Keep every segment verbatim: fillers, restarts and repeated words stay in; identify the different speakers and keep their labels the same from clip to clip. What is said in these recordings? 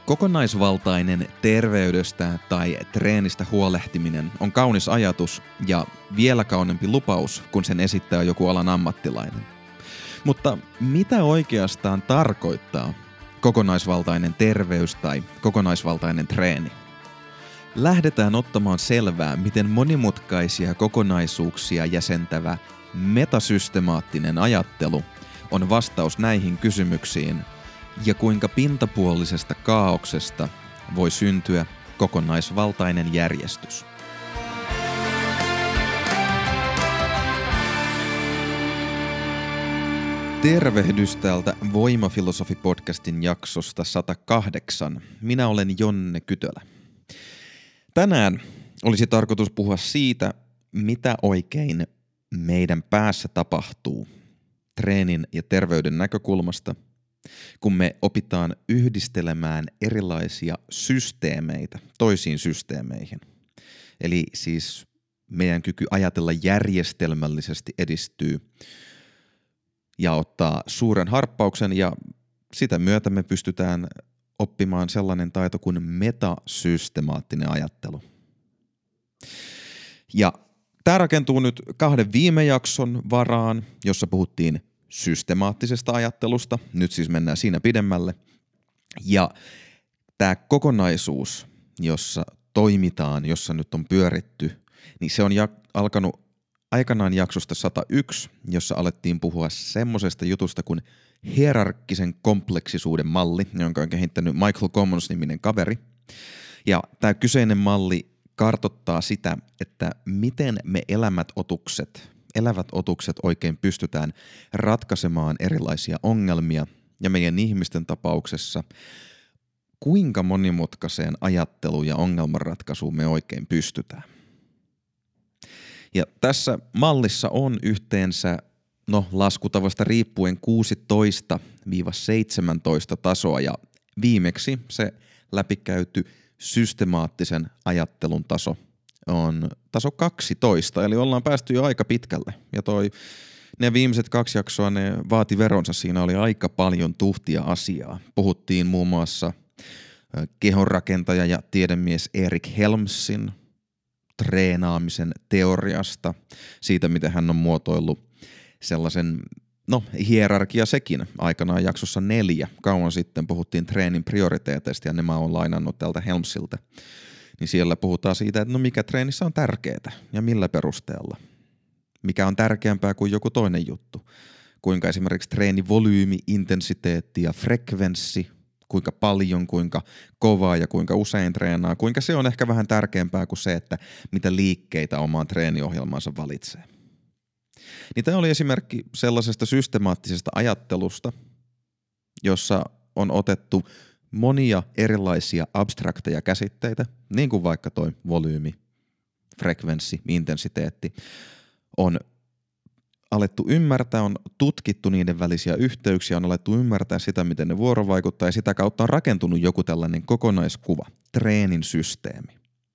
Speaker 1: Kokonaisvaltainen terveydestä tai treenistä huolehtiminen on kaunis ajatus ja vielä kaunempi lupaus, kun sen esittää joku alan ammattilainen. Mutta mitä oikeastaan tarkoittaa kokonaisvaltainen terveys tai kokonaisvaltainen treeni? Lähdetään ottamaan selvää, miten monimutkaisia kokonaisuuksia jäsentävä metasystemaattinen ajattelu on vastaus näihin kysymyksiin ja kuinka pintapuolisesta kaauksesta voi syntyä kokonaisvaltainen järjestys. Tervehdys täältä Voimafilosofi-podcastin jaksosta sata kahdeksan. Minä olen Jonne Kytölä. Tänään olisi tarkoitus puhua siitä, mitä oikein meidän päässä tapahtuu treenin ja terveyden näkökulmasta, kun me opitaan yhdistelemään erilaisia systeemeitä toisiin systeemeihin. Eli siis meidän kyky ajatella järjestelmällisesti edistyy ja ottaa suuren harppauksen, ja sitä myötä me pystytään oppimaan sellainen taito kuin metasystemaattinen ajattelu. Ja tämä rakentuu nyt kahden viime jakson varaan, jossa puhuttiin systemaattisesta ajattelusta. Nyt siis mennään siinä pidemmälle. Ja tämä kokonaisuus, jossa toimitaan, jossa nyt on pyöritty, niin se on jak- alkanut aikanaan jaksosta sata yksi, jossa alettiin puhua semmoisesta jutusta kuin hierarkkisen kompleksisuuden malli, jonka on kehittänyt Michael Commons-niminen kaveri. Ja tämä kyseinen malli kartoittaa sitä, että miten me elämät otukset, elävät otukset oikein pystytään ratkaisemaan erilaisia ongelmia, ja meidän ihmisten tapauksessa kuinka monimutkaiseen ajatteluun ja ongelmanratkaisuun me oikein pystytään. Ja tässä mallissa on yhteensä, no laskutavasta riippuen kuusitoista seitsemäntoista tasoa, ja viimeksi se läpikäyty systemaattisen ajattelun taso on taso kaksitoista, eli ollaan päästy jo aika pitkälle. Ja toi, ne viimeiset kaksi jaksoa, ne vaati veronsa, siinä oli aika paljon tuhtia asiaa. Puhuttiin muun muassa kehonrakentaja ja tiedemies Erik Helmsin treenaamisen teoriasta, siitä miten hän on muotoillut sellaisen, no hierarkia sekin, aikanaan jaksossa neljä, kauan sitten puhuttiin treenin prioriteeteista ja ne mä oon lainannut tältä Helmsiltä. Niin siellä puhutaan siitä, että no mikä treenissä on tärkeää ja millä perusteella. Mikä on tärkeämpää kuin joku toinen juttu. Kuinka esimerkiksi treenivolyymi, intensiteetti ja frekvenssi, kuinka paljon, kuinka kovaa ja kuinka usein treenaa, kuinka se on ehkä vähän tärkeämpää kuin se, että mitä liikkeitä omaan treeniohjelmaansa valitsee. Niin tämä oli esimerkki sellaisesta systemaattisesta ajattelusta, jossa on otettu monia erilaisia abstrakteja käsitteitä, niin kuin vaikka toi volyymi, frekvenssi, intensiteetti, on alettu ymmärtää, on tutkittu niiden välisiä yhteyksiä, on alettu ymmärtää sitä, miten ne vuorovaikuttaa, ja sitä kautta on rakentunut joku tällainen kokonaiskuva, treenin systeemi.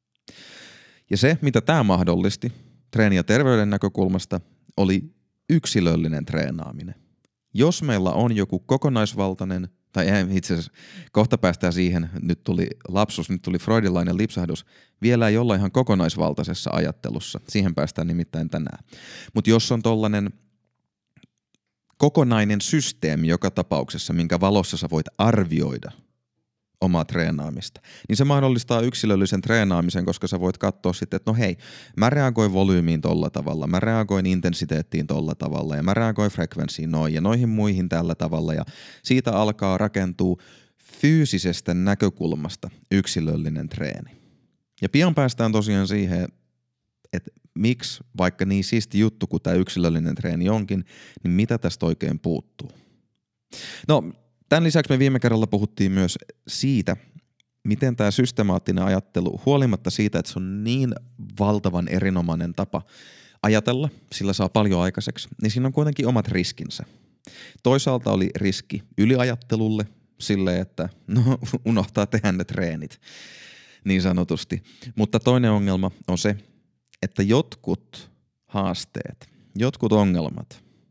Speaker 1: Ja se, mitä tämä mahdollisti treenin ja terveyden näkökulmasta, oli yksilöllinen treenaaminen. Jos meillä on joku kokonaisvaltainen, tai itse asiassa kohta päästään siihen, nyt tuli lapsus, nyt tuli freudilainen lipsahdus, vielä ei olla ihan kokonaisvaltaisessa ajattelussa, siihen päästään nimittäin tänään. Mutta jos on tollainen kokonainen systeemi joka tapauksessa, minkä valossa sä voit arvioida omaa treenaamista, niin se mahdollistaa yksilöllisen treenaamisen, koska sä voit katsoa sitten, että no hei, mä reagoin volyymiin tolla tavalla, mä reagoin intensiteettiin tolla tavalla ja mä reagoin frekvenssiin noin ja noihin muihin tällä tavalla, ja siitä alkaa rakentua fyysisestä näkökulmasta yksilöllinen treeni. Ja pian päästään tosiaan siihen, että miksi vaikka niin siisti juttu kuin tämä yksilöllinen treeni onkin, niin mitä tästä oikein puuttuu. No, tämän lisäksi me viime kerralla puhuttiin myös siitä, miten tämä systemaattinen ajattelu, huolimatta siitä, että se on niin valtavan erinomainen tapa ajatella, sillä saa paljon aikaiseksi, niin siinä on kuitenkin omat riskinsä. Toisaalta oli riski yliajattelulle, silleen, että no, unohtaa tehdä ne treenit, niin sanotusti. Mutta toinen ongelma on se, että jotkut haasteet, jotkut ongelmat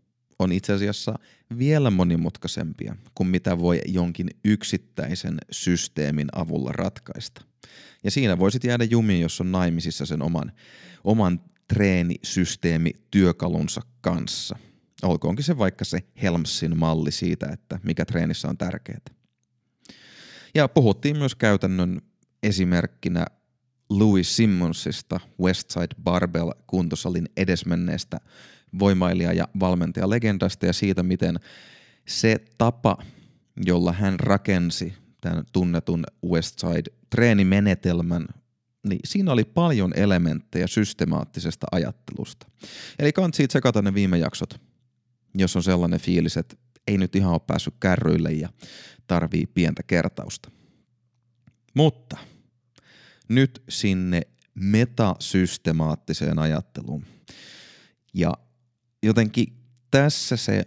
Speaker 1: on itse asiassa vielä monimutkaisempia kuin mitä voi jonkin yksittäisen systeemin avulla ratkaista. Ja siinä voisit jäädä jumiin, jos on naimisissa sen oman, oman treenisysteemi työkalunsa kanssa. Olkoonkin se vaikka se Helmsin malli siitä, että mikä treenissä on tärkeää. Ja puhuttiin myös käytännön esimerkkinä Louis Simmonsista, Westside Barbell kuntosalin edesmenneestä voimailija- ja valmentajalegendasta ja siitä, miten se tapa, jolla hän rakensi tämän tunnetun Westside-treenimenetelmän, niin siinä oli paljon elementtejä systemaattisesta ajattelusta. Eli kannattaa tsekata ne viime jaksot, jos on sellainen fiilis, että ei nyt ihan ole päässyt kärryille ja tarvii pientä kertausta. Mutta nyt sinne metasystemaattiseen ajatteluun. Ja jotenkin tässä se,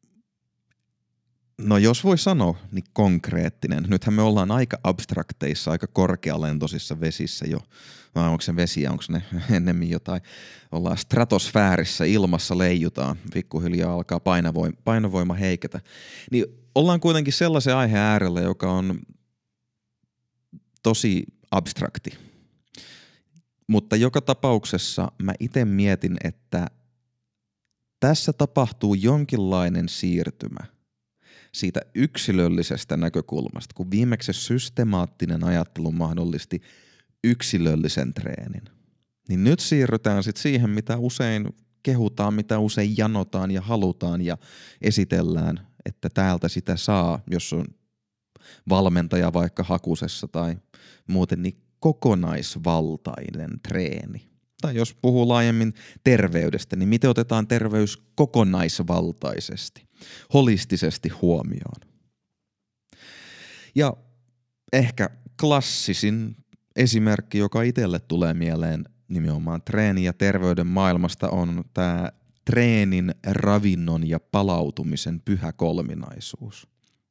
Speaker 1: no jos voi sanoa, niin konkreettinen. Nythän me ollaan aika abstrakteissa, aika korkealentoisissa vesissä jo. Vai onko se vesiä, onko ne ennemmin jotain. Ollaan stratosfäärissä, ilmassa leijutaan, pikkuhiljaa alkaa painovoima, painovoima heiketä. Niin ollaan kuitenkin sellaisen aiheen äärellä, joka on tosi abstrakti. Mutta joka tapauksessa mä itse mietin, että tässä tapahtuu jonkinlainen siirtymä siitä yksilöllisestä näkökulmasta, kun viimeksi systemaattinen ajattelu mahdollisti yksilöllisen treenin. Niin nyt siirrytään sitten siihen, mitä usein kehutaan, mitä usein janotaan ja halutaan ja esitellään, että täältä sitä saa, jos on valmentaja vaikka hakusessa tai muuten, niin kokonaisvaltainen treeni. Tai jos puhuu laajemmin terveydestä, niin miten otetaan terveys kokonaisvaltaisesti, holistisesti huomioon. Ja ehkä klassisin esimerkki, joka itselle tulee mieleen nimenomaan treeni- ja terveyden maailmasta, on tämä treenin, ravinnon ja palautumisen pyhä kolminaisuus.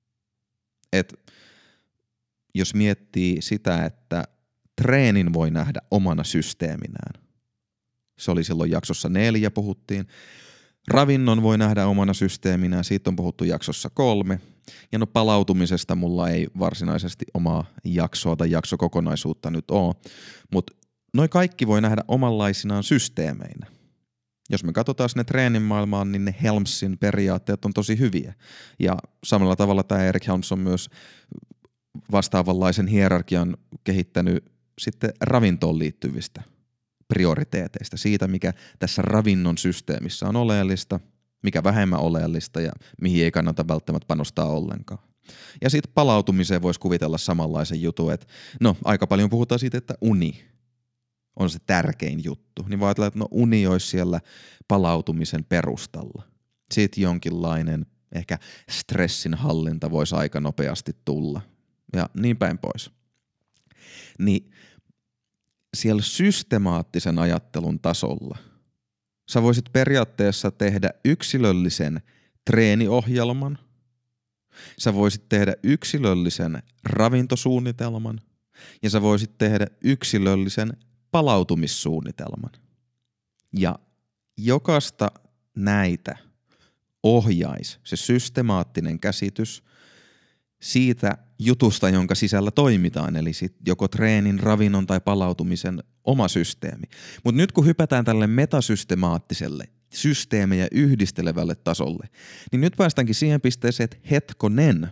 Speaker 1: Et jos miettii sitä, että treenin voi nähdä omana systeeminään. Se oli silloin jaksossa neljä puhuttiin. Ravinnon voi nähdä omana systeeminään, siitä on puhuttu jaksossa kolme. Ja no palautumisesta mulla ei varsinaisesti omaa jaksoa tai jaksokokonaisuutta nyt ole, mutta noi kaikki voi nähdä omanlaisinaan systeemeinä. Jos me katsotaan sinne treenin maailmaan, niin ne Helmsin periaatteet on tosi hyviä. Ja samalla tavalla tämä Erik Helms on myös vastaavanlaisen hierarkian kehittänyt sitten ravintoon liittyvistä prioriteeteista, siitä mikä tässä ravinnon systeemissä on oleellista, mikä vähemmän oleellista ja mihin ei kannata välttämättä panostaa ollenkaan. Ja sitten palautumiseen voisi kuvitella samanlaisen jutun, että no aika paljon puhutaan siitä, että uni on se tärkein juttu, niin voi ajatella, että no uni olisi siellä palautumisen perustalla. Sitten jonkinlainen ehkä stressinhallinta voisi aika nopeasti tulla ja niin päin pois. Niin siellä systemaattisen ajattelun tasolla sä voisit periaatteessa tehdä yksilöllisen treeniohjelman, sä voisit tehdä yksilöllisen ravintosuunnitelman ja sä voisit tehdä yksilöllisen palautumissuunnitelman. Ja jokaista näitä ohjaisi se systemaattinen käsitys siitä jutusta, jonka sisällä toimitaan, eli sit joko treenin, ravinnon tai palautumisen oma systeemi. Mutta nyt kun hypätään tälle metasystemaattiselle, systeemejä yhdistelevälle tasolle, niin nyt päästäänkin siihen pisteeseen, että hetkonen,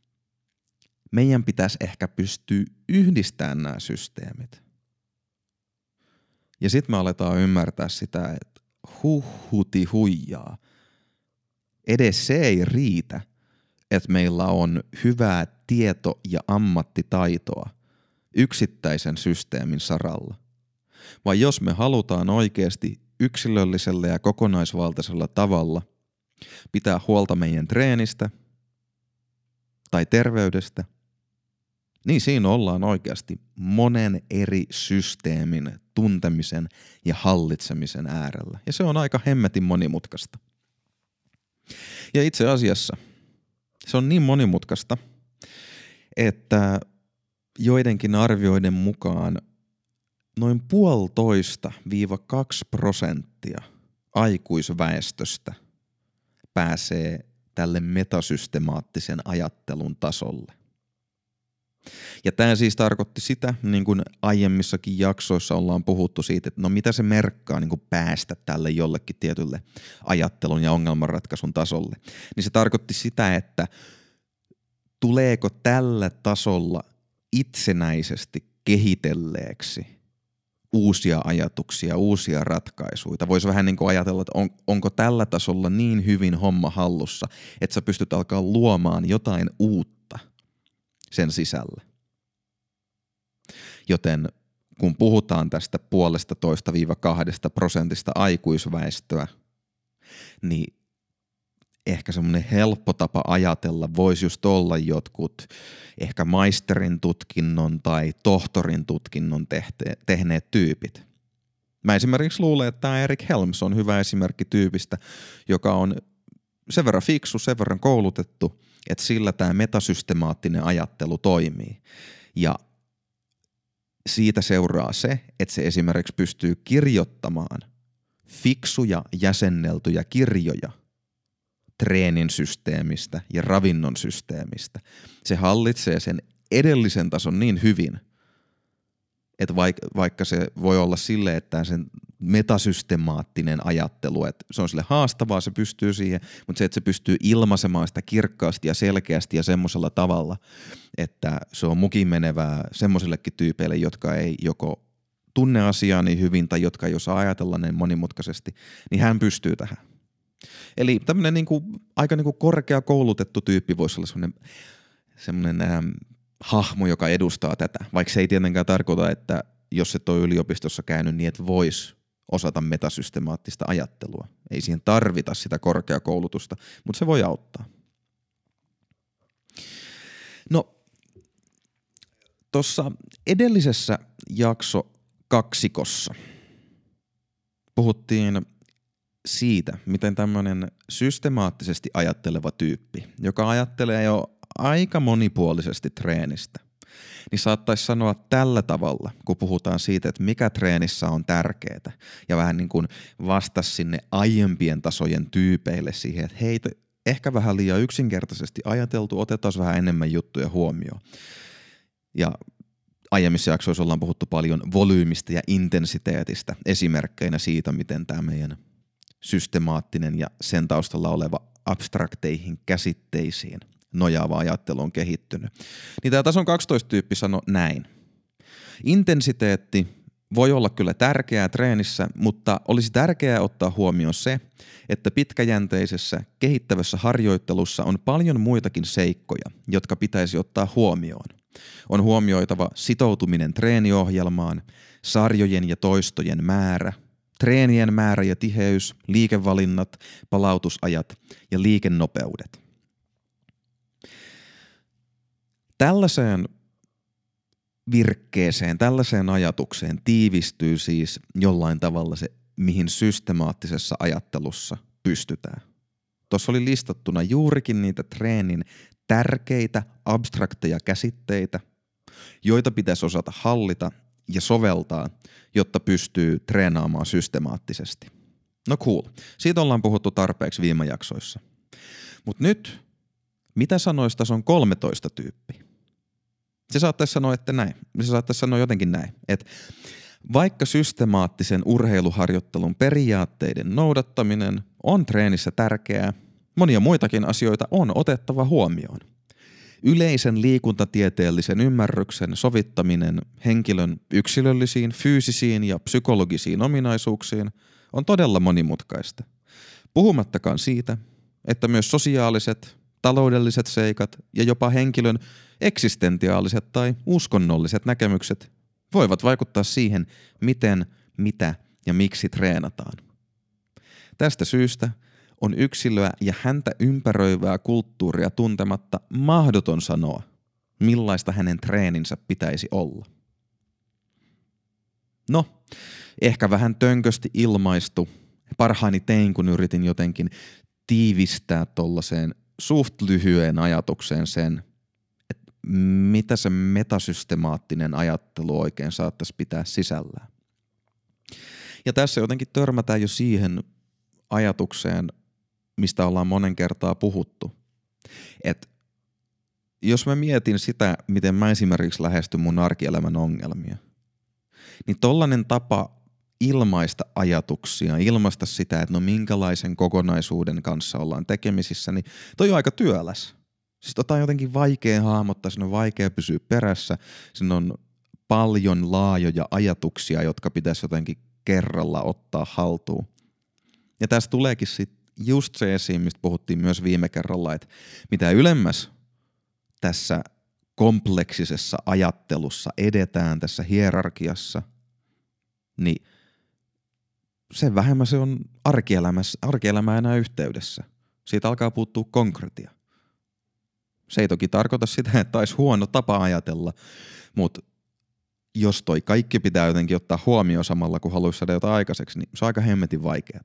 Speaker 1: meidän pitäisi ehkä pystyä yhdistämään nämä systeemit. Ja sitten me aletaan ymmärtää sitä, että huhhuti huijaa. Edes se ei riitä, että meillä on hyvää tieto- ja ammattitaitoa yksittäisen systeemin saralla. Vai jos me halutaan oikeasti yksilöllisellä ja kokonaisvaltaisella tavalla pitää huolta meidän treenistä tai terveydestä, niin siinä ollaan oikeasti monen eri systeemin tuntemisen ja hallitsemisen äärellä. Ja se on aika hemmetin monimutkaista. Ja itse asiassa se on niin monimutkaista, että joidenkin arvioiden mukaan noin puolitoista viiva kaksi prosenttia aikuisväestöstä pääsee tälle metasystemaattisen ajattelun tasolle. Ja tämä siis tarkoitti sitä, niin kuin aiemmissakin jaksoissa ollaan puhuttu siitä, että no mitä se merkkaa niin kuin päästä tälle jollekin tietylle ajattelun ja ongelmanratkaisun tasolle. Niin se tarkoitti sitä, että tuleeko tällä tasolla itsenäisesti kehitelleeksi uusia ajatuksia, uusia ratkaisuja. Voisi vähän niin kuin ajatella, että on, onko tällä tasolla niin hyvin homma hallussa, että sä pystyt alkaa luomaan jotain uutta sen sisällä. Joten kun puhutaan tästä puolesta toista viiva kahdesta prosentista aikuisväestöä, niin ehkä semmoinen helppo tapa ajatella voisi just olla jotkut ehkä maisterin tutkinnon tai tohtorin tutkinnon tehte- tehneet tyypit. Mä esimerkiksi luulen, että tämä Eric Helms on hyvä esimerkki tyypistä, joka on sen verran fiksu, sen verran koulutettu, että sillä tämä metasystemaattinen ajattelu toimii. Ja siitä seuraa se, että se esimerkiksi pystyy kirjoittamaan fiksuja jäsenneltyjä kirjoja treenin systeemistä ja ravinnon systeemistä. Se hallitsee sen edellisen tason niin hyvin, että vaikka se voi olla silleen, että sen metasystemaattinen ajattelu, että se on sille haastavaa, se pystyy siihen, mutta se, että se pystyy ilmaisemaan sitä kirkkaasti ja selkeästi ja semmoisella tavalla, että se on mukin menevää semmoisillekin tyypeille, jotka ei joko tunne asiaa niin hyvin tai jotka ei osaa ajatella niin monimutkaisesti, niin hän pystyy tähän. Eli tämmöinen niinku, aika niinku korkea koulutettu tyyppi voisi olla semmoinen, semmoinen ähm, hahmo, joka edustaa tätä, vaikka se ei tietenkään tarkoita, että jos et ole yliopistossa käynyt, niin et vois osata metasystemaattista ajattelua. Ei siihen tarvita sitä korkeakoulutusta, mutta se voi auttaa. No, tuossa edellisessä jakso kaksikossa puhuttiin siitä, miten tämmöinen systemaattisesti ajatteleva tyyppi, joka ajattelee jo aika monipuolisesti treenistä, niin saattaisi sanoa tällä tavalla, kun puhutaan siitä, että mikä treenissä on tärkeää, ja vähän niin kuin vastasi sinne aiempien tasojen tyypeille siihen, että hei, ehkä vähän liian yksinkertaisesti ajateltu, otetaan vähän enemmän juttuja huomioon. Ja aiemmissa jaksoissa ollaan puhuttu paljon volyymista ja intensiteetistä esimerkkeinä siitä, miten tämä meidän systemaattinen ja sen taustalla oleva abstrakteihin käsitteisiin nojaava ajattelu on kehittynyt. Niin tämä tason kaksitoista tyyppi sanoi näin. Intensiteetti voi olla kyllä tärkeää treenissä, mutta olisi tärkeää ottaa huomioon se, että pitkäjänteisessä kehittävässä harjoittelussa on paljon muitakin seikkoja, jotka pitäisi ottaa huomioon. On huomioitava sitoutuminen treeniohjelmaan, sarjojen ja toistojen määrä, treenien määrä ja tiheys, liikevalinnat, palautusajat ja liikennopeudet. Tällaiseen virkkeeseen, tällaiseen ajatukseen tiivistyy siis jollain tavalla se, mihin systemaattisessa ajattelussa pystytään. Tuossa oli listattuna juurikin niitä treenin tärkeitä abstrakteja käsitteitä, joita pitäisi osata hallita ja soveltaa, jotta pystyy treenaamaan systemaattisesti. No cool, siitä ollaan puhuttu tarpeeksi viime jaksoissa. Mutta nyt, mitä sanoisi tason kolmetoista tyyppi? Se saattaisi sanoa, että näin. Se saattaisi sanoa jotenkin näin, että vaikka systemaattisen urheiluharjoittelun periaatteiden noudattaminen on treenissä tärkeää, monia muitakin asioita on otettava huomioon. Yleisen liikuntatieteellisen ymmärryksen sovittaminen henkilön yksilöllisiin, fyysisiin ja psykologisiin ominaisuuksiin on todella monimutkaista. Puhumattakaan siitä, että myös sosiaaliset, taloudelliset seikat ja jopa henkilön eksistentiaaliset tai uskonnolliset näkemykset voivat vaikuttaa siihen, miten, mitä ja miksi treenataan. Tästä syystä on yksilöä ja häntä ympäröivää kulttuuria tuntematta mahdoton sanoa, millaista hänen treeninsä pitäisi olla. No, ehkä vähän tönkösti ilmaistu. Parhaani tein, kun yritin jotenkin tiivistää tollaiseen suht lyhyen ajatukseen sen, että mitä se metasystemaattinen ajattelu oikein saattaisi pitää sisällään. Ja tässä jotenkin törmätään jo siihen ajatukseen, mistä ollaan monen kertaa puhuttu. Et jos mä mietin sitä, miten mä esimerkiksi lähestyn mun arkielämän ongelmia, niin tollainen tapa ilmaista ajatuksia, ilmaista sitä, että no minkälaisen kokonaisuuden kanssa ollaan tekemisissä, niin toi on aika työläs. Siis tota on jotenkin vaikea hahmottaa, siinä on vaikea pysyä perässä, siinä on paljon laajoja ajatuksia, jotka pitäisi jotenkin kerralla ottaa haltuun. Ja tässä tuleekin sitten just se esiin, mistä puhuttiin myös viime kerralla, että mitä ylemmäs tässä kompleksisessa ajattelussa edetään tässä hierarkiassa, niin sen vähemmän se on arkielämää enää yhteydessä. Siitä alkaa puuttua konkretia. Se ei toki tarkoita sitä, että olisi huono tapa ajatella, mutta jos toi kaikki pitää jotenkin ottaa huomioon samalla, kun haluaisi saada jotain aikaiseksi, niin se on aika hemmetin vaikeaa.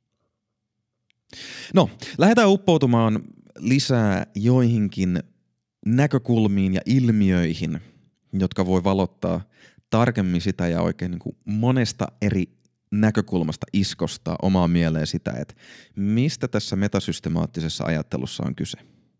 Speaker 1: No, lähdetään uppoutumaan lisää joihinkin näkökulmiin ja ilmiöihin, jotka voi valottaa tarkemmin sitä ja oikein niin kuin monesta eri näkökulmasta iskostaa omaa mieleen sitä, että mistä tässä metasystemaattisessa ajattelussa on kyse.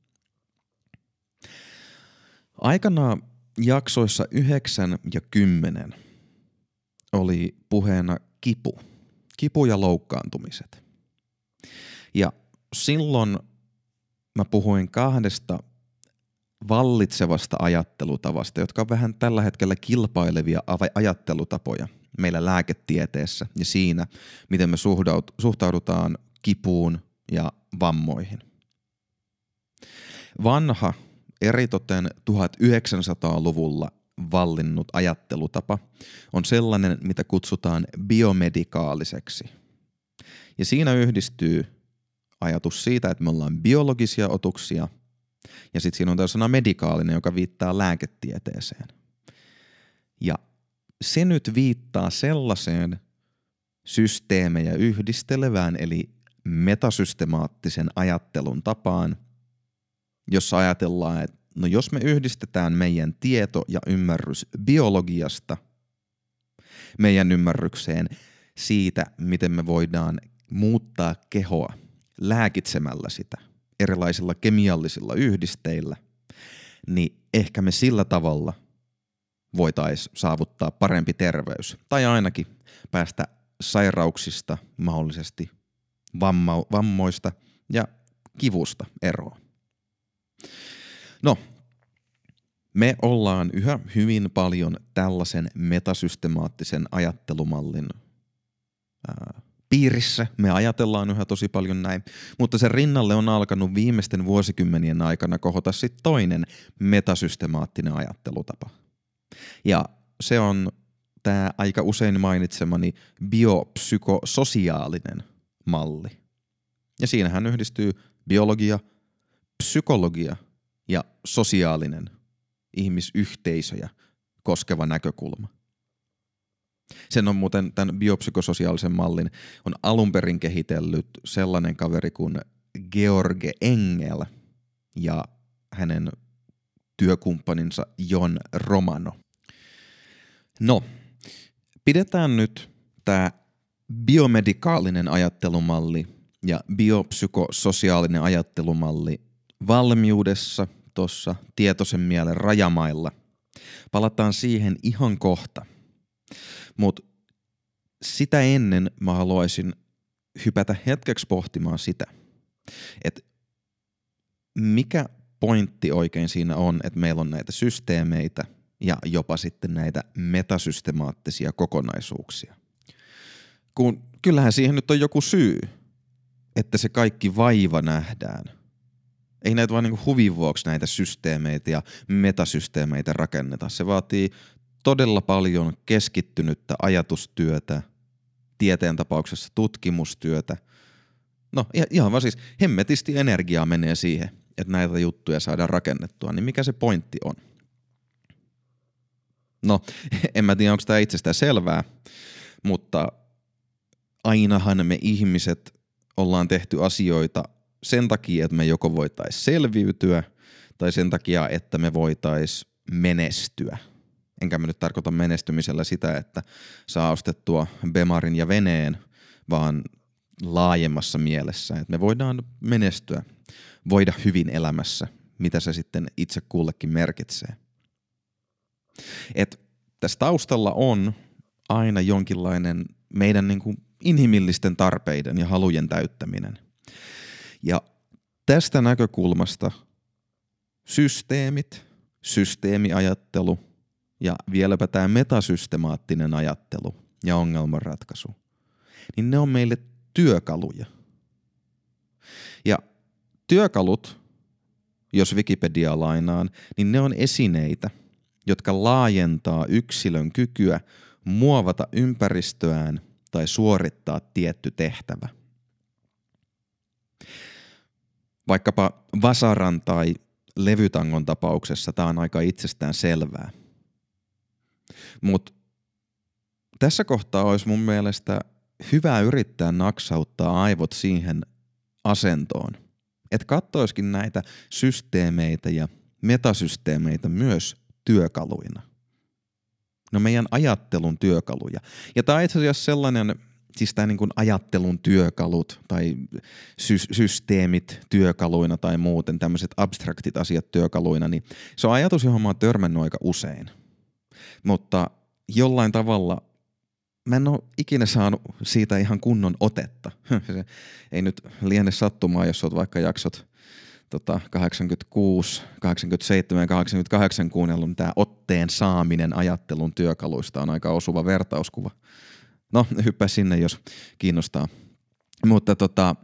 Speaker 1: Aikanaan jaksoissa yhdeksän ja kymmenen oli puheena kipu, kipu ja loukkaantumiset. Ja silloin mä puhuin kahdesta vallitsevasta ajattelutavasta, jotka on vähän tällä hetkellä kilpailevia ajattelutapoja meillä lääketieteessä ja siinä, miten me suhtaudutaan kipuun ja vammoihin. Vanha, eritoten tuhatyhdeksänsataaluvulla vallinnut ajattelutapa on sellainen, mitä kutsutaan biomedikaaliseksi. Ja siinä yhdistyy ajatus siitä, että me ollaan biologisia otuksia, ja sitten siinä on tämä sana medikaalinen, joka viittaa lääketieteeseen. Ja se nyt viittaa sellaiseen systeemejä yhdistelevään, eli metasystemaattisen ajattelun tapaan, jossa ajatellaan, että no jos me yhdistetään meidän tieto ja ymmärrys biologiasta meidän ymmärrykseen siitä, miten me voidaan muuttaa kehoa lääkitsemällä sitä erilaisilla kemiallisilla yhdisteillä, niin ehkä me sillä tavalla voitaisiin saavuttaa parempi terveys tai ainakin päästä sairauksista, mahdollisesti vamma- vammoista ja kivusta eroon. No, me ollaan yhä hyvin paljon tällaisen metasystemaattisen ajattelumallin ää, piirissä. Me ajatellaan yhä tosi paljon näin, mutta sen rinnalle on alkanut viimeisten vuosikymmenien aikana kohota sitten toinen metasystemaattinen ajattelutapa. Ja se on tämä aika usein mainitsemani biopsykososiaalinen malli. Ja siinähän yhdistyy biologia, psykologia ja sosiaalinen ihmisyhteisöjä koskeva näkökulma. Sen on muuten tämän biopsykososiaalisen mallin on alun perin kehitellyt sellainen kaveri kuin George Engel ja hänen työkumppaninsa John Romano. No, pidetään nyt tämä biomedikaalinen ajattelumalli ja biopsykososiaalinen ajattelumalli valmiudessa tuossa tietoisen mielen rajamailla. Palataan siihen ihan kohta. Mutta sitä ennen mä haluaisin hypätä hetkeksi pohtimaan sitä, että mikä pointti oikein siinä on, että meillä on näitä systeemeitä ja jopa sitten näitä metasystemaattisia kokonaisuuksia. Kun kyllähän siihen nyt on joku syy, että se kaikki vaiva nähdään. Ei näitä vaan niinku huvin vuoksi näitä systeemeitä ja metasysteemeitä rakenneta. Se vaatii todella paljon keskittynyttä ajatustyötä, tieteen tapauksessa tutkimustyötä. No ihan vaan siis hemmetisti energiaa menee siihen, että näitä juttuja saadaan rakennettua. Niin mikä se pointti on? No en mä tiedä, onko tämä itsestään selvää, mutta ainahan me ihmiset ollaan tehty asioita sen takia, että me joko voitaisiin selviytyä tai sen takia, että me voitaisiin menestyä. Enkä mä nyt tarkoita menestymisellä sitä, että saa ostettua Bemarin ja veneen, vaan laajemmassa mielessä, että me voidaan menestyä, voida hyvin elämässä, mitä se sitten itse kullekin merkitsee. Et tässä taustalla on aina jonkinlainen meidän niin kuin inhimillisten tarpeiden ja halujen täyttäminen. Ja tästä näkökulmasta systeemit, systeemiajattelu ja vieläpä tämä metasystemaattinen ajattelu ja ongelmanratkaisu, niin ne on meille työkaluja. Ja työkalut, jos Wikipedia lainaan, niin ne on esineitä, jotka laajentaa yksilön kykyä muovata ympäristöään tai suorittaa tietty tehtävä. Vaikkapa vasaran tai levytangon tapauksessa tämä on aika itsestään selvää. Mutta tässä kohtaa olisi mun mielestä hyvä yrittää naksauttaa aivot siihen asentoon, että katsoisikin näitä systeemeitä ja metasysteemeitä myös työkaluina. No meidän ajattelun työkaluja. Ja tämä on itse asiassa sellainen, siis tämä niin kuin ajattelun työkalut tai sy- systeemit työkaluina tai muuten tämmöiset abstraktit asiat työkaluina, niin se on ajatus, johon mä oon törmännyt aika usein. Mutta jollain tavalla mä en ole ikinä saanut siitä ihan kunnon otetta. Se ei nyt liene sattumaa, jos oot vaikka jaksot tota, kahdeksankymmentäkuusi, kahdeksankymmentäseitsemän ja kahdeksankymmentäkahdeksan kuunnellut, niin tämä otteen saaminen ajattelun työkaluista on aika osuva vertauskuva. No, hyppää sinne, jos kiinnostaa. Mutta tota,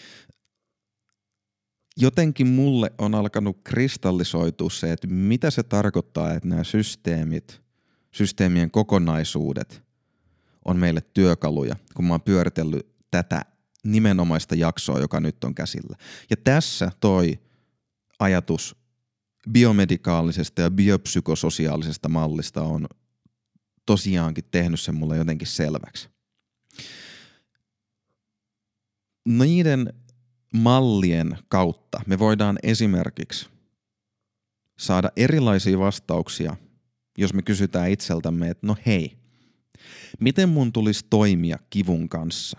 Speaker 1: jotenkin mulle on alkanut kristallisoitua se, että mitä se tarkoittaa, että nämä systeemit, systeemien kokonaisuudet on meille työkaluja, kun mä oon pyöritellyt tätä nimenomaista jaksoa, joka nyt on käsillä. Ja tässä toi ajatus biomedikaalisesta ja biopsykososiaalisesta mallista on tosiaankin tehnyt sen mulle jotenkin selväksi. Niiden mallien kautta me voidaan esimerkiksi saada erilaisia vastauksia, jos me kysytään itseltämme, että no hei, miten mun tulisi toimia kivun kanssa?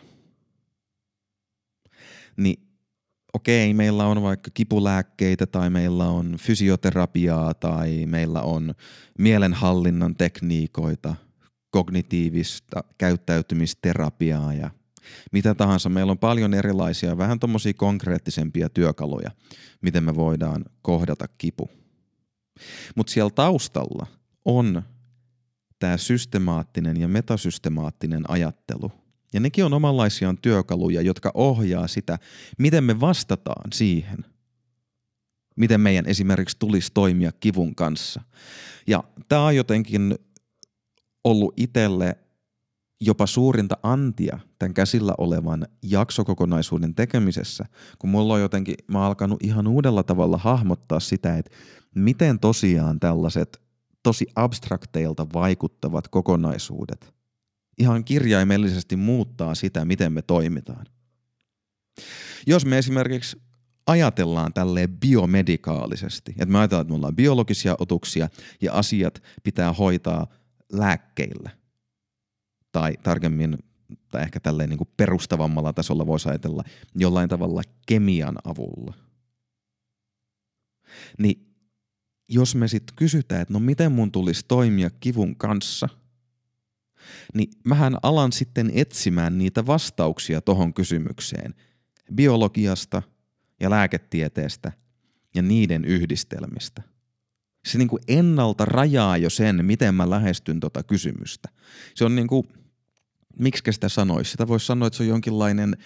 Speaker 1: Niin okei, meillä on vaikka kipulääkkeitä tai meillä on fysioterapiaa tai meillä on mielenhallinnan tekniikoita, kognitiivista käyttäytymisterapiaa ja mitä tahansa. Meillä on paljon erilaisia, vähän tommosia konkreettisempia työkaluja, miten me voidaan kohdata kipu. Mutta siellä taustalla on tämä systemaattinen ja metasystemaattinen ajattelu. Ja nekin on omanlaisiaan työkaluja, jotka ohjaa sitä, miten me vastataan siihen, miten meidän esimerkiksi tulisi toimia kivun kanssa. Ja tämä on jotenkin ollut itselle jopa suurinta antia tämän käsillä olevan jaksokokonaisuuden tekemisessä, kun mulla on jotenkin, mä oon alkanut ihan uudella tavalla hahmottaa sitä, että miten tosiaan tällaiset tosi abstrakteilta vaikuttavat kokonaisuudet ihan kirjaimellisesti muuttaa sitä, miten me toimitaan. Jos me esimerkiksi ajatellaan tälleen biomedikaalisesti, että me ajatellaan, että me ollaan biologisia otuksia ja asiat pitää hoitaa lääkkeillä, tai tarkemmin, tai ehkä tälleen niin kuin perustavammalla tasolla voisi ajatella jollain tavalla kemian avulla. Niin jos me sitten kysytään, että no miten mun tulisi toimia kivun kanssa, niin mähän alan sitten etsimään niitä vastauksia tohon kysymykseen biologiasta ja lääketieteestä ja niiden yhdistelmistä. Se niin kuin ennalta rajaa jo sen, miten mä lähestyn tota kysymystä. Se on niin kuin, miksikä sitä sanoisi? Sitä voisi sanoa, että se on jonkinlainen,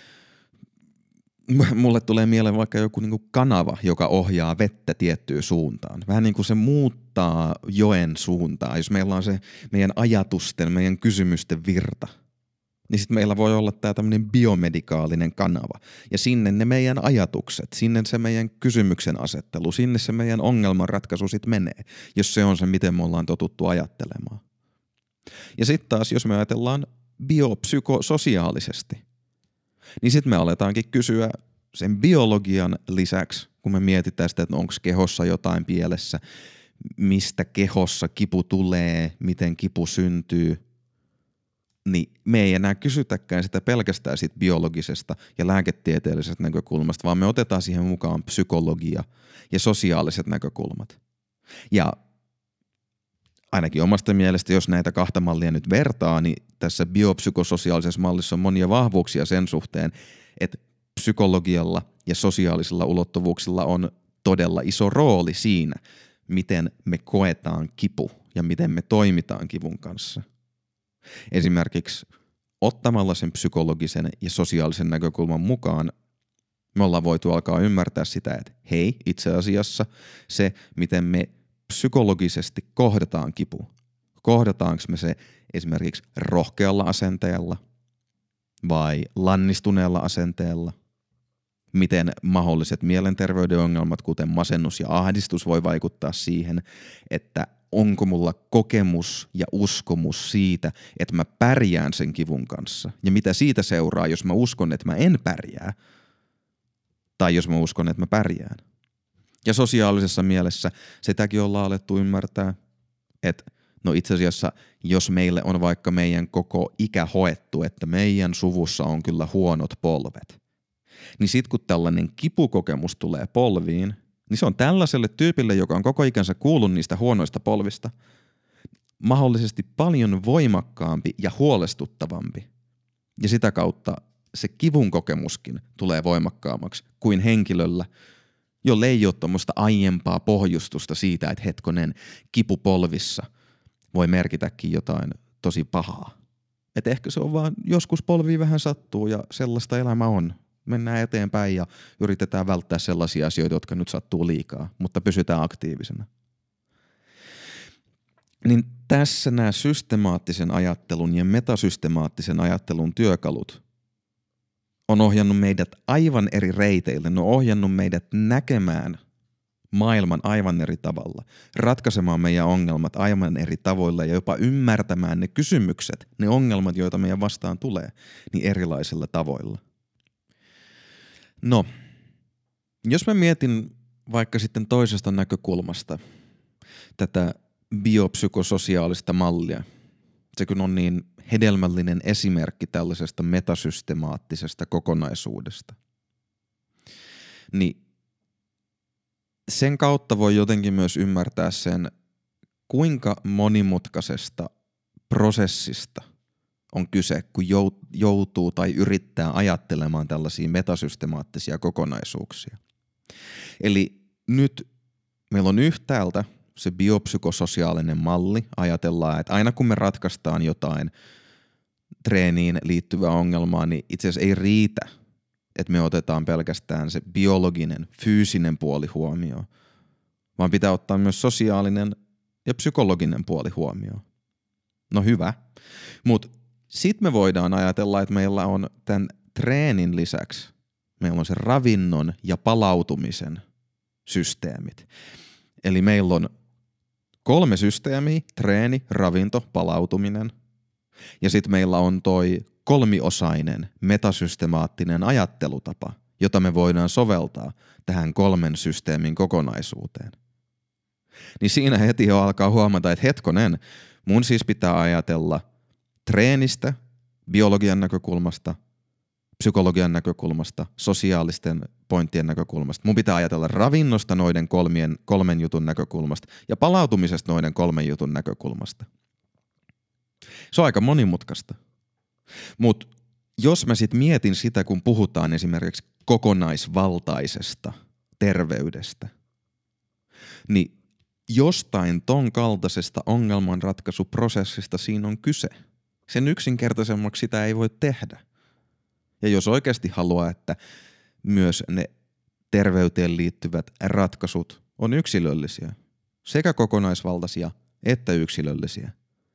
Speaker 1: mulle tulee mieleen vaikka joku niin kuin kanava, joka ohjaa vettä tiettyyn suuntaan. Vähän niin kuin se muuttaa joen suuntaa. Jos meillä on se meidän ajatusten, meidän kysymysten virta, niin sitten meillä voi olla tämä tämmöinen biomedikaalinen kanava. Ja sinne ne meidän ajatukset, sinne se meidän kysymyksen asettelu, sinne se meidän ongelmanratkaisu sitten menee, jos se on se, miten me ollaan totuttu ajattelemaan. Ja sitten taas, jos me ajatellaan biopsykososiaalisesti, niin sitten me aletaankin kysyä sen biologian lisäksi, kun me mietitään sitä, että onko kehossa jotain pielessä, mistä kehossa kipu tulee, miten kipu syntyy, niin me ei enää kysytäkään sitä pelkästään siitä biologisesta ja lääketieteellisestä näkökulmasta, vaan me otetaan siihen mukaan psykologia ja sosiaaliset näkökulmat. Ja ainakin omasta mielestä, jos näitä kahta mallia nyt vertaa, niin tässä biopsykososiaalisessa mallissa on monia vahvuuksia sen suhteen, että psykologialla ja sosiaalisilla ulottuvuuksilla on todella iso rooli siinä, miten me koetaan kipu ja miten me toimitaan kivun kanssa. Esimerkiksi ottamalla sen psykologisen ja sosiaalisen näkökulman mukaan me ollaan voitu alkaa ymmärtää sitä, että hei, itse asiassa se, miten me psykologisesti kohdataan kipu, kohdataanko me se esimerkiksi rohkealla asenteella vai lannistuneella asenteella, miten mahdolliset mielenterveyden ongelmat, kuten masennus ja ahdistus, voi vaikuttaa siihen, että onko mulla kokemus ja uskomus siitä, että mä pärjään sen kivun kanssa. Ja mitä siitä seuraa, jos mä uskon, että mä en pärjää, tai jos mä uskon, että mä pärjään. Ja sosiaalisessa mielessä sitäkin ollaan alettu ymmärtää, että no itse asiassa, jos meille on vaikka meidän koko ikä hoettu, että meidän suvussa on kyllä huonot polvet, niin sit kun tällainen kipukokemus tulee polviin, niin se on tällaiselle tyypille, joka on koko ikänsä kuullut niistä huonoista polvista, mahdollisesti paljon voimakkaampi ja huolestuttavampi. Ja sitä kautta se kivun kokemuskin tulee voimakkaammaksi kuin henkilöllä, jolle ei ole tuommoista aiempaa pohjustusta siitä, että hetkonen kipu polvissa voi merkitäkin jotain tosi pahaa. Että ehkä se on vaan joskus polviin vähän sattuu ja sellaista elämä on. Mennään eteenpäin ja yritetään välttää sellaisia asioita, jotka nyt sattuu liikaa, mutta pysytään aktiivisena. Niin tässä nämä systemaattisen ajattelun ja metasystemaattisen ajattelun työkalut on ohjannut meidät aivan eri reiteille. Ne on ohjannut meidät näkemään maailman aivan eri tavalla, ratkaisemaan meidän ongelmat aivan eri tavoilla ja jopa ymmärtämään ne kysymykset, ne ongelmat, joita meidän vastaan tulee, niin erilaisilla tavoilla. No, jos mä mietin vaikka sitten toisesta näkökulmasta tätä biopsykososiaalista mallia, se kun on niin hedelmällinen esimerkki tällaisesta metasystemaattisesta kokonaisuudesta, niin sen kautta voi jotenkin myös ymmärtää sen, kuinka monimutkaisesta prosessista on kyse, kun joutuu tai yrittää ajattelemaan tällaisia metasystemaattisia kokonaisuuksia. Eli nyt meillä on yhtäältä se biopsykososiaalinen malli. Ajatellaan, että aina kun me ratkaistaan jotain treeniin liittyvää ongelmaa, niin itse asiassa ei riitä, että me otetaan pelkästään se biologinen, fyysinen puoli huomioon, vaan pitää ottaa myös sosiaalinen ja psykologinen puoli huomioon. No hyvä, mutta sitten me voidaan ajatella, että meillä on tämän treenin lisäksi, meillä on se ravinnon ja palautumisen systeemit. Eli meillä on kolme systeemiä, treeni, ravinto, palautuminen. Ja sitten meillä on toi kolmiosainen metasystemaattinen ajattelutapa, jota me voidaan soveltaa tähän kolmen systeemin kokonaisuuteen. Niin siinä heti jo alkaa huomata, että hetkonen, mun siis pitää ajatella treenistä, biologian näkökulmasta, psykologian näkökulmasta, sosiaalisten pointtien näkökulmasta. Mun pitää ajatella ravinnosta noiden kolmien, kolmen jutun näkökulmasta ja palautumisesta noiden kolmen jutun näkökulmasta. Se on aika monimutkaista. Mutta jos mä sit mietin sitä, kun puhutaan esimerkiksi kokonaisvaltaisesta terveydestä, niin jostain ton kaltaisesta ongelmanratkaisuprosessista siinä on kyse. Sen yksinkertaisemmaksi sitä ei voi tehdä. Ja jos oikeasti haluaa, että myös ne terveyteen liittyvät ratkaisut on yksilöllisiä, sekä kokonaisvaltaisia että yksilöllisiä,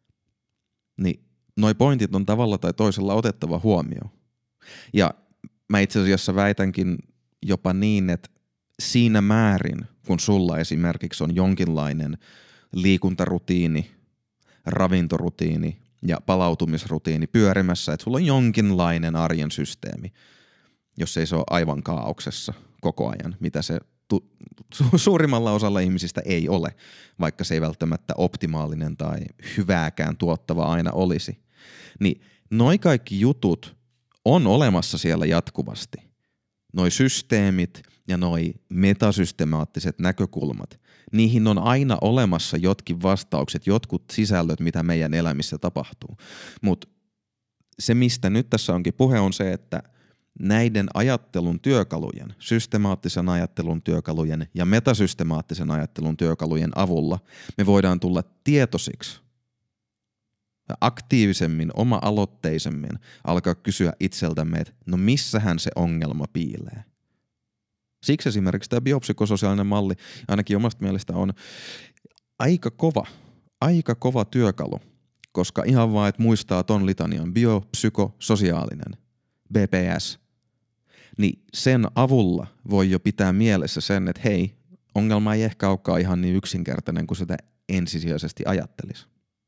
Speaker 1: niin noi pointit on tavalla tai toisella otettava huomioon. Ja mä itse asiassa väitänkin jopa niin, että siinä määrin, kun sulla esimerkiksi on jonkinlainen liikuntarutiini, ravintorutiini ja palautumisrutiini pyörimässä, että sulla on jonkinlainen arjen systeemi, jos ei se ole aivan kaauksessa koko ajan, mitä se tu- su- suurimmalla osalla ihmisistä ei ole, vaikka se ei välttämättä optimaalinen tai hyvääkään tuottava aina olisi. Niin noi kaikki jutut on olemassa siellä jatkuvasti. Noi systeemit ja noi metasystemaattiset näkökulmat, niihin on aina olemassa jotkin vastaukset, jotkut sisällöt, mitä meidän elämissä tapahtuu. Mutta se, mistä nyt tässä onkin puhe, on se, että näiden ajattelun työkalujen, systemaattisen ajattelun työkalujen ja metasystemaattisen ajattelun työkalujen avulla me voidaan tulla tietoisiksi ja aktiivisemmin, oma-aloitteisemmin alkaa kysyä itseltämme, että no missähän se ongelma piilee. Siksi esimerkiksi tämä biopsykososiaalinen malli ainakin omasta mielestä on aika kova, aika kova työkalu, koska ihan vaan, että muistaa ton litanian biopsykososiaalinen, B P S, niin sen avulla voi jo pitää mielessä sen, että hei, ongelma ei ehkä olekaan ihan niin yksinkertainen kuin sitä ensisijaisesti ajattelisi.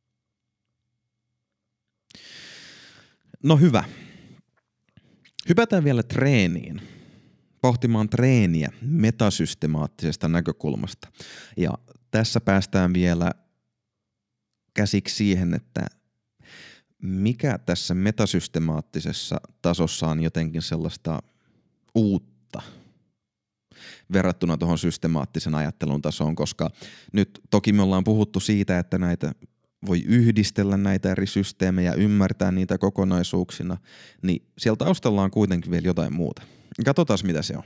Speaker 1: No hyvä. Hypätään vielä treeniin, pohtimaan treeniä metasystemaattisesta näkökulmasta. Ja tässä päästään vielä käsiksi siihen, että mikä tässä metasystemaattisessa tasossa on jotenkin sellaista uutta verrattuna tuohon systemaattisen ajattelun tasoon, koska nyt toki me ollaan puhuttu siitä, että näitä voi yhdistellä näitä eri systeemejä, ymmärtää niitä kokonaisuuksina, niin siellä taustalla on kuitenkin vielä jotain muuta. Katsotaan, mitä se on.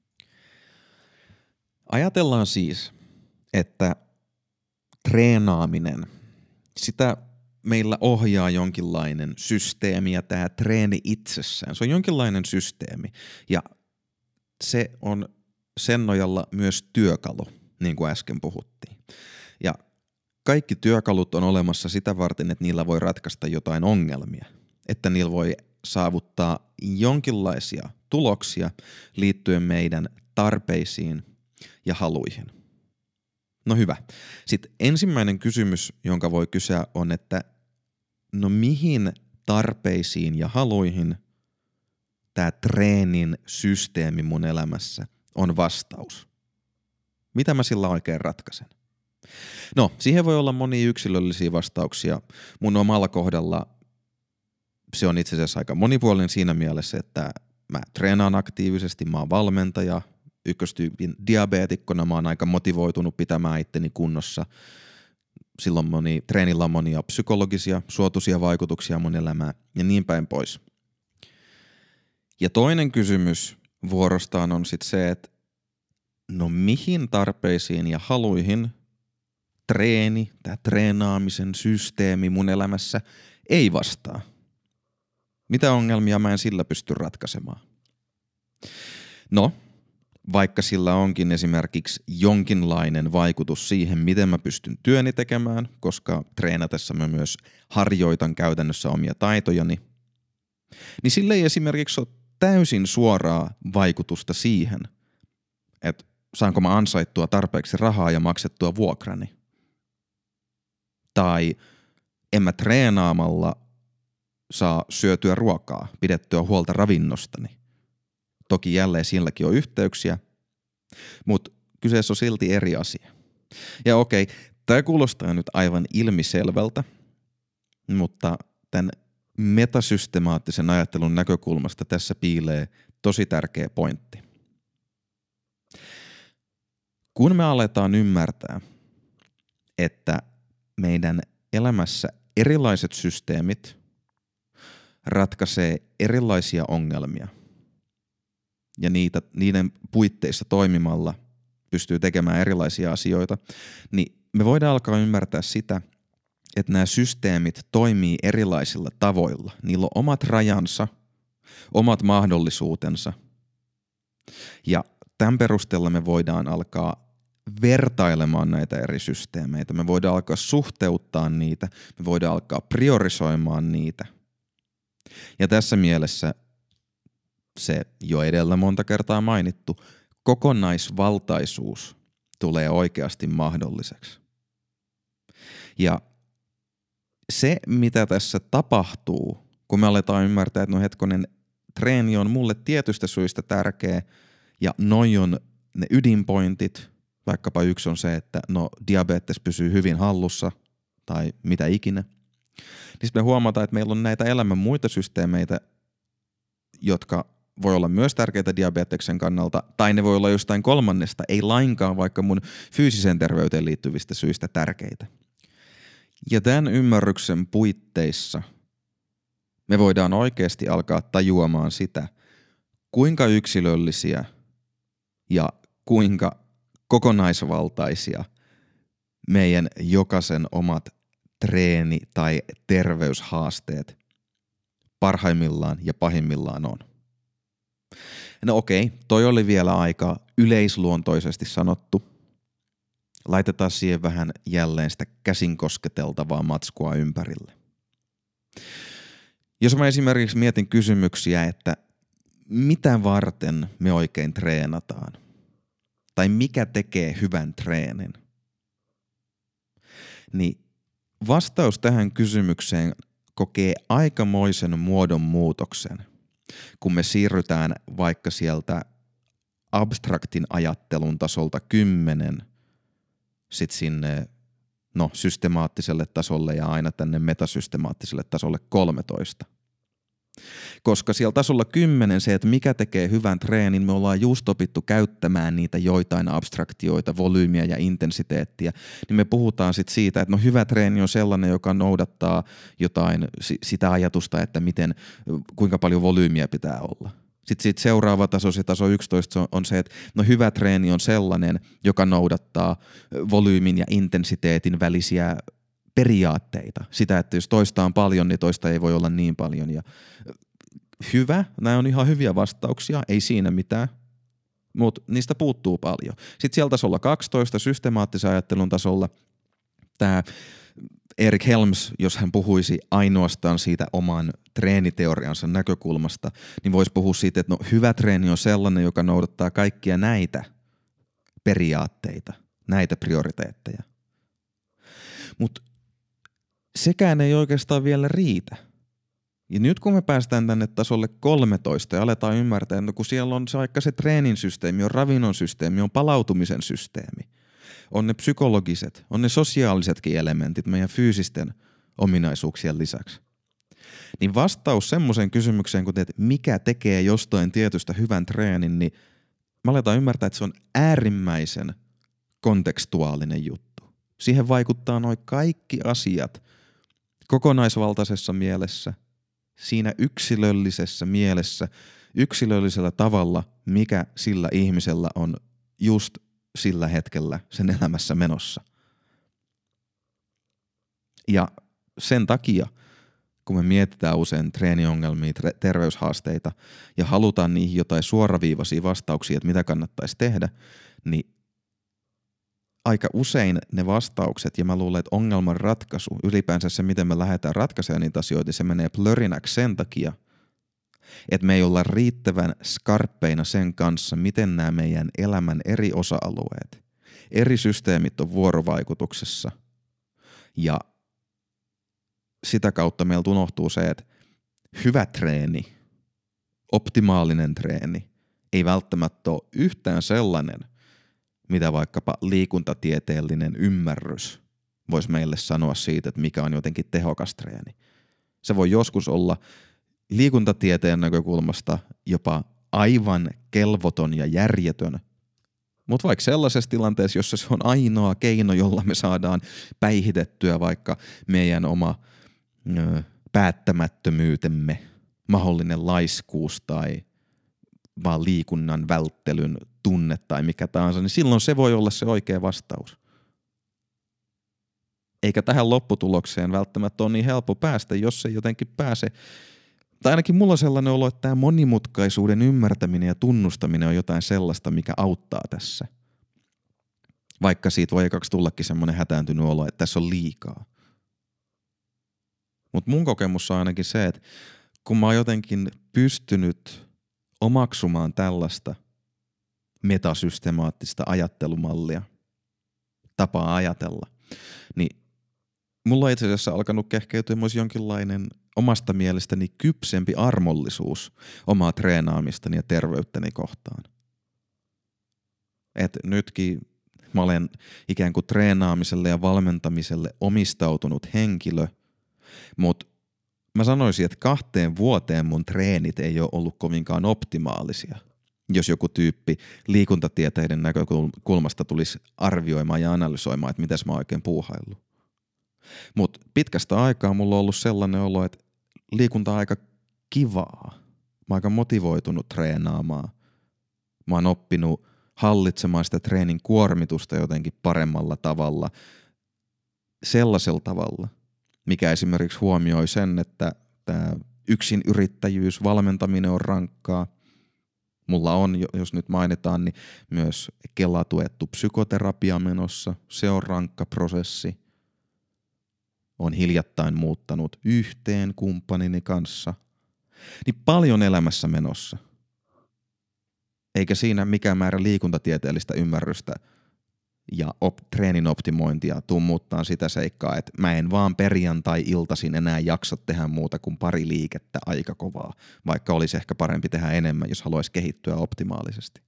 Speaker 1: Ajatellaan siis, että treenaaminen, sitä meillä ohjaa jonkinlainen systeemi ja tämä treeni itsessään, se on jonkinlainen systeemi ja se on sen nojalla myös työkalu, niin kuin äsken puhuttiin. Ja kaikki työkalut on olemassa sitä varten, että niillä voi ratkaista jotain ongelmia, että niillä voi saavuttaa jonkinlaisia tuloksia liittyen meidän tarpeisiin ja haluihin. No hyvä. Sitten ensimmäinen kysymys, jonka voi kysyä on, että no mihin tarpeisiin ja haluihin tämä treenin systeemi mun elämässä on vastaus? Mitä mä sillä oikein ratkaisen? No, siihen voi olla monia yksilöllisiä vastauksia. Mun omalla kohdalla se on itse asiassa aika monipuolinen siinä mielessä, että mä treenaan aktiivisesti, mä oon valmentaja, ykköstyypin diabeetikkona mä oon aika motivoitunut pitämään itteni kunnossa. Silloin moni, treenillä on monia psykologisia, suotuisia vaikutuksia mun elämään ja niin päin pois. Ja toinen kysymys vuorostaan on sitten se, että no mihin tarpeisiin ja haluihin treeni, tämä treenaamisen systeemi mun elämässä ei vastaa. Mitä ongelmia mä en sillä pysty ratkaisemaan? No, vaikka sillä onkin esimerkiksi jonkinlainen vaikutus siihen, miten mä pystyn työni tekemään, koska treenatessa mä myös harjoitan käytännössä omia taitojani, niin sillä ei esimerkiksi ole täysin suoraa vaikutusta siihen, että saanko mä ansaittua tarpeeksi rahaa ja maksettua vuokrani. Tai en mä treenaamalla saa syötyä ruokaa, pidettyä huolta ravinnostani. Toki jälleen silläkin on yhteyksiä, mutta kyseessä on silti eri asia. Ja okei, tämä kuulostaa nyt aivan ilmiselvältä, mutta tämän metasystemaattisen ajattelun näkökulmasta tässä piilee tosi tärkeä pointti. Kun me aletaan ymmärtää, että meidän elämässä erilaiset systeemit ratkaisee erilaisia ongelmia ja niitä, niiden puitteissa toimimalla pystyy tekemään erilaisia asioita, niin me voidaan alkaa ymmärtää sitä, että nämä systeemit toimii erilaisilla tavoilla. Niillä on omat rajansa, omat mahdollisuutensa ja tämän perusteella me voidaan alkaa vertailemaan näitä eri systeemeitä. Me voidaan alkaa suhteuttaa niitä, me voidaan alkaa priorisoimaan niitä. Ja tässä mielessä se jo edellä monta kertaa mainittu kokonaisvaltaisuus tulee oikeasti mahdolliseksi. Ja se, mitä tässä tapahtuu, kun me aletaan ymmärtää, että no hetkonen, treeni on mulle tietystä syistä tärkeä ja noi on ne ydinpointit, vaikkapa yksi on se, että no diabetes pysyy hyvin hallussa tai mitä ikinä, Niin me huomataan, että meillä on näitä elämän muita systeemeitä, jotka voi olla myös tärkeitä diabeteksen kannalta, tai ne voi olla jostain kolmannesta, ei lainkaan vaikka mun fyysiseen terveyteen liittyvistä syistä tärkeitä. Ja tämän ymmärryksen puitteissa me voidaan oikeasti alkaa tajuamaan sitä, kuinka yksilöllisiä ja kuinka kokonaisvaltaisia meidän jokaisen omat treeni- tai terveyshaasteet parhaimmillaan ja pahimmillaan on. No okei, toi oli vielä aika yleisluontoisesti sanottu. Laitetaan siihen vähän jälleen sitä käsin kosketeltavaa matskua ympärille. Jos mä esimerkiksi mietin kysymyksiä, että mitä varten me oikein treenataan? Tai mikä tekee hyvän treenin? Niin vastaus tähän kysymykseen kokee aikamoisen muodon muutoksen, kun me siirrytään vaikka sieltä abstraktin ajattelun tasolta kymmenen sit sinne no, systemaattiselle tasolle ja aina tänne metasystemaattiselle tasolle kolmetoista. Koska siellä tasolla kymmenen se, että mikä tekee hyvän treenin, me ollaan just opittu käyttämään niitä joitain abstraktioita, volyymiä ja intensiteettiä, niin me puhutaan sitten siitä, että no hyvä treeni on sellainen, joka noudattaa jotain sitä ajatusta, että miten, kuinka paljon volyymiä pitää olla. Sitten sit seuraava taso, se taso yksitoista on se, että no hyvä treeni on sellainen, joka noudattaa volyymin ja intensiteetin välisiä periaatteita. Sitä, että jos toista on paljon, niin toista ei voi olla niin paljon. Ja hyvä, nämä on ihan hyviä vastauksia, ei siinä mitään, mutta niistä puuttuu paljon. Sitten siellä tasolla kaksitoista, systemaattisen ajattelun tasolla, tämä Erik Helms, jos hän puhuisi ainoastaan siitä oman treeniteoriansa näkökulmasta, niin voisi puhua siitä, että no hyvä treeni on sellainen, joka noudattaa kaikkia näitä periaatteita, näitä prioriteetteja. Mutta sekään ei oikeastaan vielä riitä. Ja nyt kun me päästään tänne tasolle kolmetoista ja aletaan ymmärtää, että kun siellä on se vaikka se treenin systeemi, on ravinnon systeemi, on palautumisen systeemi, on ne psykologiset, on ne sosiaalisetkin elementit meidän fyysisten ominaisuuksien lisäksi. Niin vastaus semmoiseen kysymykseen, kun teet, mikä tekee jostain tietystä hyvän treenin, niin mä aletaan ymmärtää, että se on äärimmäisen kontekstuaalinen juttu. Siihen vaikuttaa noin kaikki asiat kokonaisvaltaisessa mielessä, siinä yksilöllisessä mielessä, yksilöllisellä tavalla, mikä sillä ihmisellä on just sillä hetkellä sen elämässä menossa. Ja sen takia, kun me mietitään usein treeniongelmia, terveyshaasteita ja halutaan niihin jotain suoraviivaisia vastauksia, että mitä kannattaisi tehdä, niin aika usein ne vastaukset, ja mä luulen, että ongelman ratkaisu, ylipäänsä se, miten me lähdetään ratkaisemaan niitä asioita, se menee plörinäksi sen takia, että me ei olla riittävän skarppeina sen kanssa, miten nämä meidän elämän eri osa-alueet, eri systeemit on vuorovaikutuksessa. Ja sitä kautta meiltä unohtuu se, että hyvä treeni, optimaalinen treeni, ei välttämättä ole yhtään sellainen, mitä vaikkapa liikuntatieteellinen ymmärrys voisi meille sanoa siitä, että mikä on jotenkin tehokas treeni. Se voi joskus olla liikuntatieteen näkökulmasta jopa aivan kelvoton ja järjetön, mutta vaikka sellaisessa tilanteessa, jossa se on ainoa keino, jolla me saadaan päihitettyä vaikka meidän oma ö, päättämättömyytemme, mahdollinen laiskuus tai vaan liikunnan välttelyn tunne tai mikä tahansa, niin silloin se voi olla se oikea vastaus. Eikä tähän lopputulokseen välttämättä ole niin helppo päästä, jos se jotenkin pääse. Tai ainakin mulla on sellainen olo, että tämä monimutkaisuuden ymmärtäminen ja tunnustaminen on jotain sellaista, mikä auttaa tässä. Vaikka siitä voi ekaksi tullakin semmoinen hätääntynyt olo, että tässä on liikaa. Mutta mun kokemus on ainakin se, että kun mä oon jotenkin pystynyt omaksumaan tällaista metasystemaattista ajattelumallia, tapaa ajatella, niin mulla on itse asiassa alkanut kehkeytyä myös jonkinlainen omasta mielestäni kypsempi armollisuus omaa treenaamistani ja terveyttäni kohtaan. Et nytkin mä olen ikään kuin treenaamiselle ja valmentamiselle omistautunut henkilö, Mutta mä sanoisin, että kahteen vuoteen mun treenit ei ole ollut kovinkaan optimaalisia, jos joku tyyppi liikuntatieteiden näkökulmasta tulisi arvioimaan ja analysoimaan, että mitäs mä oon oikein puuhaillut. Mutta pitkästä aikaa mulla on ollut sellainen olo, että liikunta on aika kivaa. Mä oon aika motivoitunut treenaamaan. Mä oon oppinut hallitsemaan sitä treenin kuormitusta jotenkin paremmalla tavalla. Sellaisella tavalla, mikä esimerkiksi huomioi sen, että tämä yksin yrittäjyys, valmentaminen on rankkaa. Mulla on, jos nyt mainitaan, niin myös Kela-tuettu psykoterapia menossa. Se on rankka prosessi. On hiljattain muuttanut yhteen kumppanini kanssa. Niin paljon elämässä menossa. Eikä siinä mikään määrä liikuntatieteellistä ymmärrystä ja op- treenin optimointia tuu muuttaa sitä seikkaa, että mä en vaan perjantai-iltaisin enää jaksa tehdä muuta kuin pari liikettä aika kovaa, vaikka olisi ehkä parempi tehdä enemmän, jos haluaisi kehittyä optimaalisesti.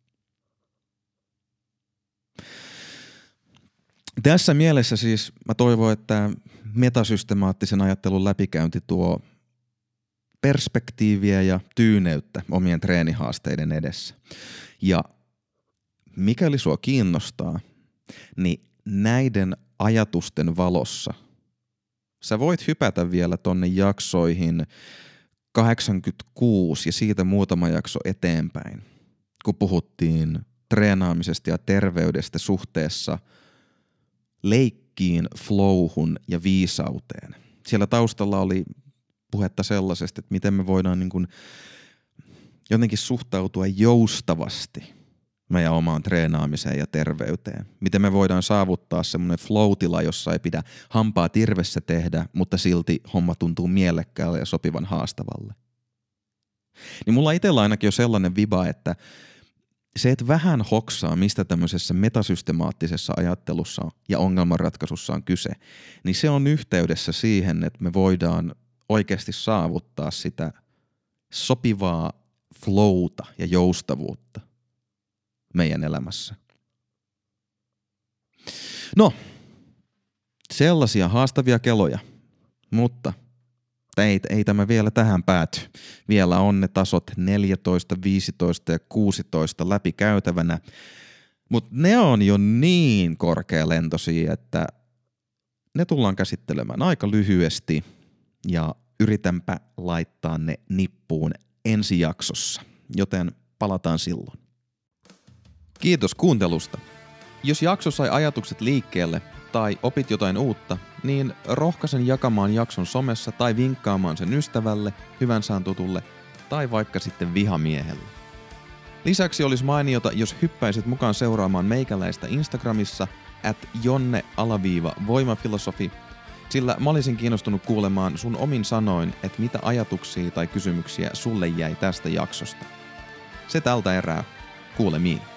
Speaker 1: Tässä mielessä siis mä toivon, että metasystemaattisen ajattelun läpikäynti tuo perspektiiviä ja tyyneyttä omien treenihaasteiden edessä. Ja mikäli sua kiinnostaa, niin näiden ajatusten valossa sä voit hypätä vielä tonne jaksoihin kahdeksankymmentäkuusi ja siitä muutama jakso eteenpäin, kun puhuttiin treenaamisesta ja terveydestä suhteessa leikkiin, flowhun ja viisauteen. Siellä taustalla oli puhetta sellaisesta, että miten me voidaan niin kuin jotenkin suhtautua joustavasti meidän omaan treenaamiseen ja terveyteen. Miten me voidaan saavuttaa semmoinen flow-tila, jossa ei pidä hampaa tirvessä tehdä, mutta silti homma tuntuu mielekkäälle ja sopivan haastavalle. Niin mulla itsellä ainakin on sellainen viba, että se, että vähän hoksaa, mistä tämmöisessä metasystemaattisessa ajattelussa ja ongelmanratkaisussa on kyse, niin se on yhteydessä siihen, että me voidaan oikeasti saavuttaa sitä sopivaa flowta ja joustavuutta meidän elämässä. No, sellaisia haastavia keloja, mutta ei, ei tämä vielä tähän pääty. Vielä on ne tasot neljätoista, viisitoista ja kuusitoista läpi käytävänä, mutta ne on jo niin korkealentoisia, että ne tullaan käsittelemään aika lyhyesti ja yritänpä laittaa ne nippuun ensi jaksossa, joten palataan silloin. Kiitos kuuntelusta. Jos jakso sai ajatukset liikkeelle tai opit jotain uutta, niin rohkaisen jakamaan jakson somessa tai vinkkaamaan sen ystävälle, hyvän sään tutulle tai vaikka sitten vihamiehelle. Lisäksi olisi mainiota, jos hyppäisit mukaan seuraamaan meikäläistä Instagramissa at jonne-voimafilosofi, sillä mä olisin kiinnostunut kuulemaan sun omin sanoin, että mitä ajatuksia tai kysymyksiä sulle jäi tästä jaksosta. Se tältä erää. Kuulemiin.